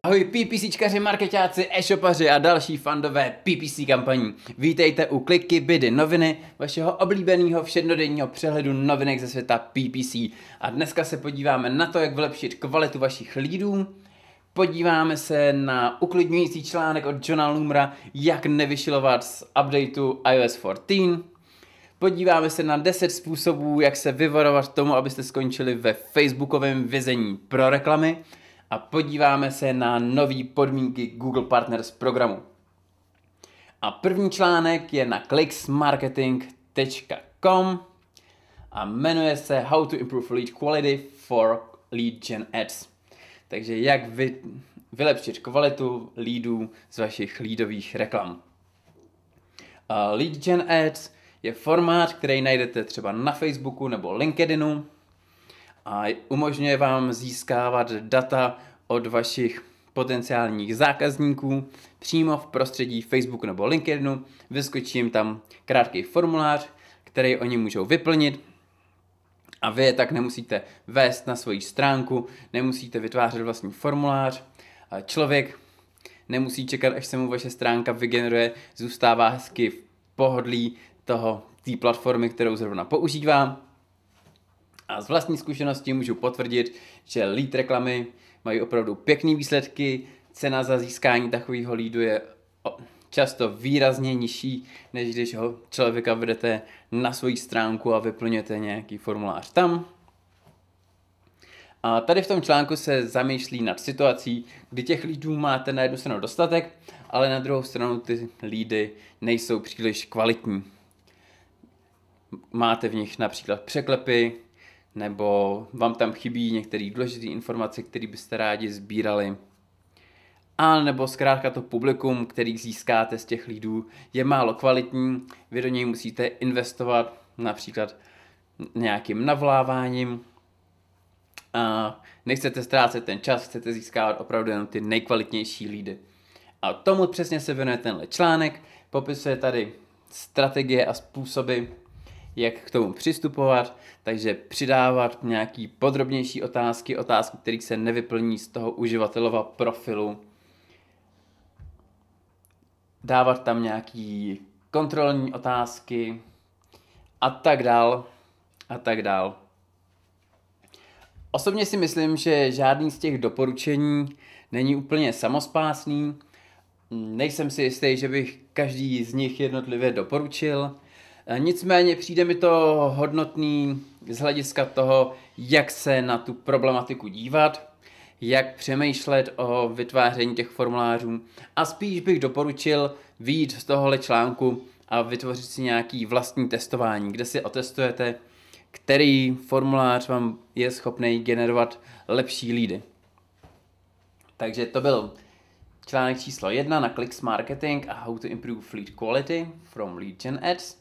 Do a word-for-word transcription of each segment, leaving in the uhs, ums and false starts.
Ahoj PPCčkaři, marketáci, e-shopaři a další fandové P P C kampaní. Vítejte u Kliky, Bidy, noviny, vašeho oblíbeného všednodenního přehledu novinek ze světa P P C. A dneska se podíváme na to, jak vylepšit kvalitu vašich leadů. Podíváme se na uklidňující článek od Johna Loomera, jak nevyšilovat z updateu i O S čtrnáct. Podíváme se na deset způsobů, jak se vyvarovat tomu, abyste skončili ve facebookovém vězení pro reklamy. A podíváme se na nové podmínky Google Partners programu. A první článek je na clicksmarketing tečka com a jmenuje se How to improve lead quality for lead gen ads. Takže jak vy, vylepšit kvalitu leadů z vašich leadových reklam. Uh, lead gen ads je formát, který najdete třeba na Facebooku nebo LinkedInu a umožňuje vám získávat data od vašich potenciálních zákazníků přímo v prostředí Facebooku nebo LinkedInu. Vyskočí jim tam krátký formulář, který oni můžou vyplnit a vy je tak nemusíte vést na svoji stránku, nemusíte vytvářet vlastní formulář. Člověk nemusí čekat, až se mu vaše stránka vygeneruje, zůstává hezky v pohodlí toho, té platformy, kterou zrovna používá. A z vlastní zkušenosti můžu potvrdit, že lead reklamy mají opravdu pěkné výsledky, cena za získání takového leadu je často výrazně nižší, než když ho člověka vedete na svoji stránku a vyplňujete nějaký formulář tam. A tady v tom článku se zamýšlí nad situací, kdy těch leadů máte na jednu stranu dostatek, ale na druhou stranu ty leady nejsou příliš kvalitní. Máte v nich například překlepy, nebo vám tam chybí některé důležité informace, které byste rádi sbírali. A nebo zkrátka to publikum, který získáte z těch leadů, je málo kvalitní, vy do něj musíte investovat například nějakým navoláváním a nechcete ztrácet ten čas, chcete získávat opravdu jenom ty nejkvalitnější leady. A tomu přesně se věnuje tenhle článek, popisuje tady strategie a způsoby, jak k tomu přistupovat, takže přidávat nějaký podrobnější otázky, otázky, které se nevyplní z toho uživatelova profilu, dávat tam nějaký kontrolní otázky a tak dál a tak dál. Osobně si myslím, že žádný z těch doporučení není úplně samospásný. Nejsem si jistý, že bych každý z nich jednotlivě doporučil. Nicméně přijde mi to hodnotný z hlediska toho, jak se na tu problematiku dívat, jak přemýšlet o vytváření těch formulářů a spíš bych doporučil vyjít z tohohle článku a vytvořit si nějaký vlastní testování, kde si otestujete, který formulář vám je schopný generovat lepší leady. Takže to byl článek číslo jedna na Clicks Marketing a How to improve lead quality from lead gen ads.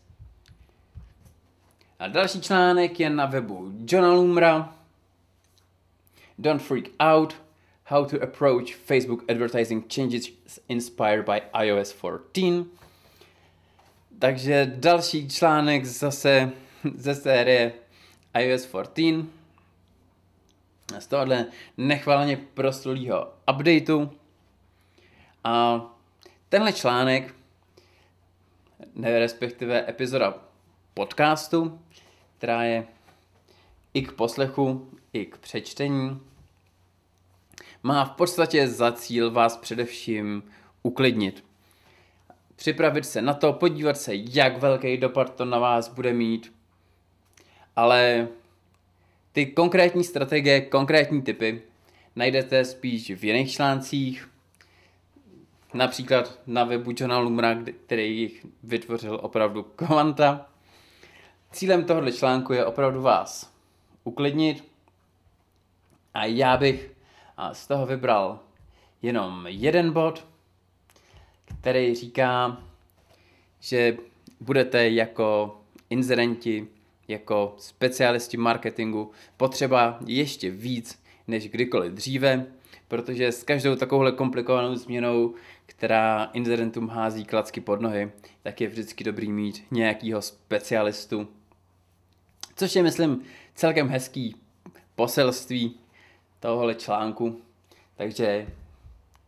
A další článek je na webu Johna Loomera. Don't freak out. How to approach Facebook advertising changes inspired by i O S čtrnáct. Takže další článek zase ze série i O S čtrnáct. Z tohohle nechvalně proslulýho updateu. A tenhle článek, ne, respektive epizoda podcastu, která je i k poslechu, i k přečtení, má v podstatě za cíl vás především uklidnit. Připravit se na to, podívat se, jak velký dopad to na vás bude mít, ale ty konkrétní strategie, konkrétní tipy najdete spíš v jiných článcích, například na webu Johna Loomera, který jich vytvořil opravdu kvanta. Cílem tohoto článku je opravdu vás uklidnit a já bych z toho vybral jenom jeden bod, který říká, že budete jako inzerenti, jako specialisti marketingu potřeba ještě víc než kdykoliv dříve, protože s každou takovouhle komplikovanou změnou, která inzerentům hází klacky pod nohy, tak je vždycky dobrý mít nějakýho specialistu. Což je, myslím, celkem hezký poselství tohohle článku. Takže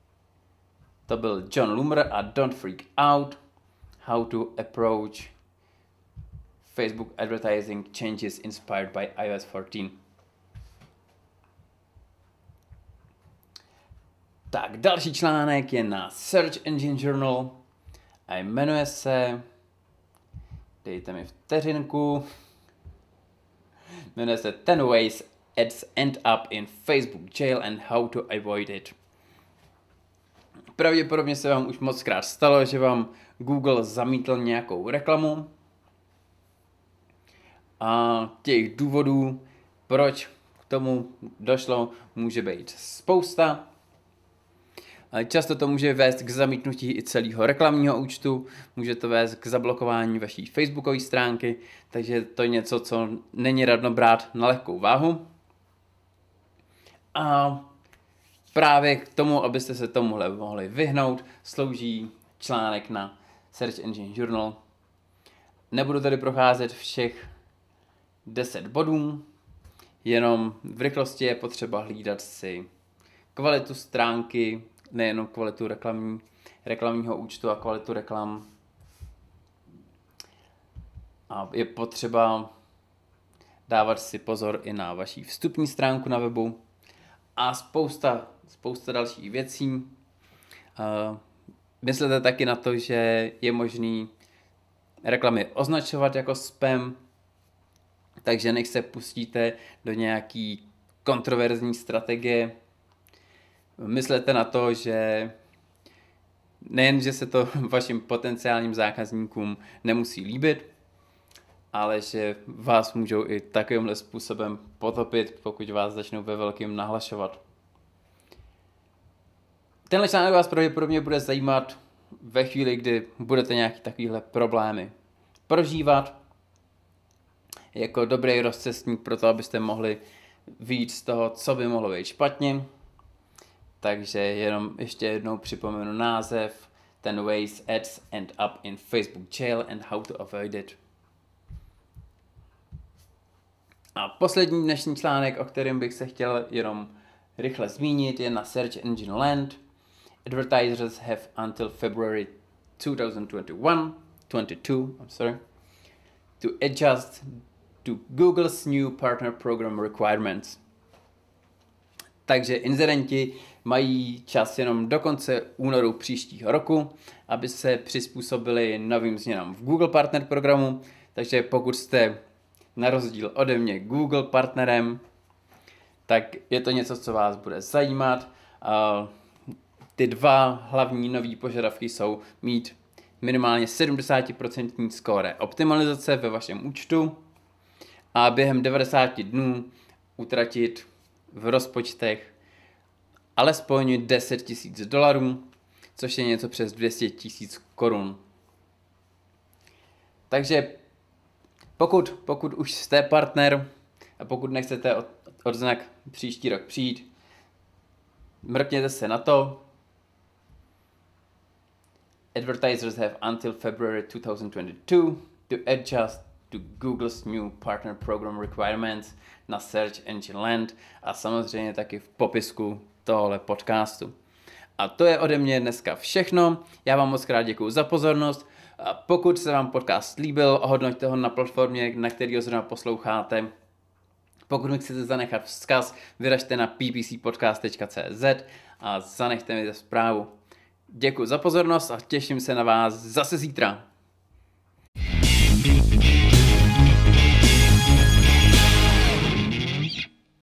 to byl John Loomer a Don't Freak Out, How to Approach Facebook Advertising Changes Inspired by i O S čtrnáct. Tak, další článek je na Search Engine Journal a jmenuje se, dejte mi vteřinku, jmenuje se ten ways ads end up in Facebook jail and how to avoid it. Pravděpodobně se vám už mockrát stalo, že vám Google zamítl nějakou reklamu a těch důvodů, proč k tomu došlo, může být spousta. Často to může vést k zamítnutí i celého reklamního účtu, může to vést k zablokování vaší facebookové stránky, takže to je něco, co není radno brát na lehkou váhu. A právě k tomu, abyste se tomuhle mohli vyhnout, slouží článek na Search Engine Journal. Nebudu tady procházet všech deset bodů, jenom v rychlosti je potřeba hlídat si kvalitu stránky, nejenom kvalitu reklamní, reklamního účtu a kvalitu reklam. A je potřeba dávat si pozor i na vaši vstupní stránku na webu a spousta, spousta dalších věcí. Uh, myslete taky na to, že je možný reklamy označovat jako spam, takže než se pustíte do nějaký kontroverzní strategie, myslete na to, že nejen, že se to vašim potenciálním zákazníkům nemusí líbit, ale že vás můžou i takovýmhle způsobem potopit, pokud vás začnou ve velkým nahlašovat. Tenhle článek vás pravděpodobně bude zajímat ve chvíli, kdy budete nějaký takovýhle problémy prožívat. Jako dobrý rozcestník pro to, abyste mohli vyjít z toho, co by mohlo být špatně. Takže jenom ještě jednou připomenu název, ten ways ads end up in Facebook jail and how to avoid it. A poslední dnešní článek, o kterém bych se chtěl jenom rychle zmínit, je na Search Engine Land. Advertisers have until February twenty twenty-one, twenty-two, I'm sorry, to adjust to Google's new partner program requirements. Takže inzerenti mají čas jenom do konce únoru příštího roku, aby se přizpůsobili novým změnám v Google Partner programu. Takže pokud jste na rozdíl ode mě Google partnerem, tak je to něco, co vás bude zajímat. Ty dva hlavní nové požadavky jsou mít minimálně sedmdesát procent skóre optimalizace ve vašem účtu a během devadesáti dnů utratit v rozpočtech alespoň deset tisíc dolarů, což je něco přes dvě stě tisíc korun. Takže pokud, pokud už jste partner a pokud nechcete od, od znak příští rok přijít, mrkněte se na to. Advertisers have until February twenty twenty-two to adjust to Google's new partner program requirements na Search Engine Land a samozřejmě taky v popisku tohle podcastu. A to je ode mě dneska všechno. Já vám moc krát děkuju za pozornost. A pokud se vám podcast líbil, ohodnoťte ho na platformě, na který ho zrovna posloucháte. Pokud mi chcete zanechat vzkaz, vyražte na p p c podcast tečka c z a zanechte mi zprávu. Děkuji za pozornost a těším se na vás zase zítra.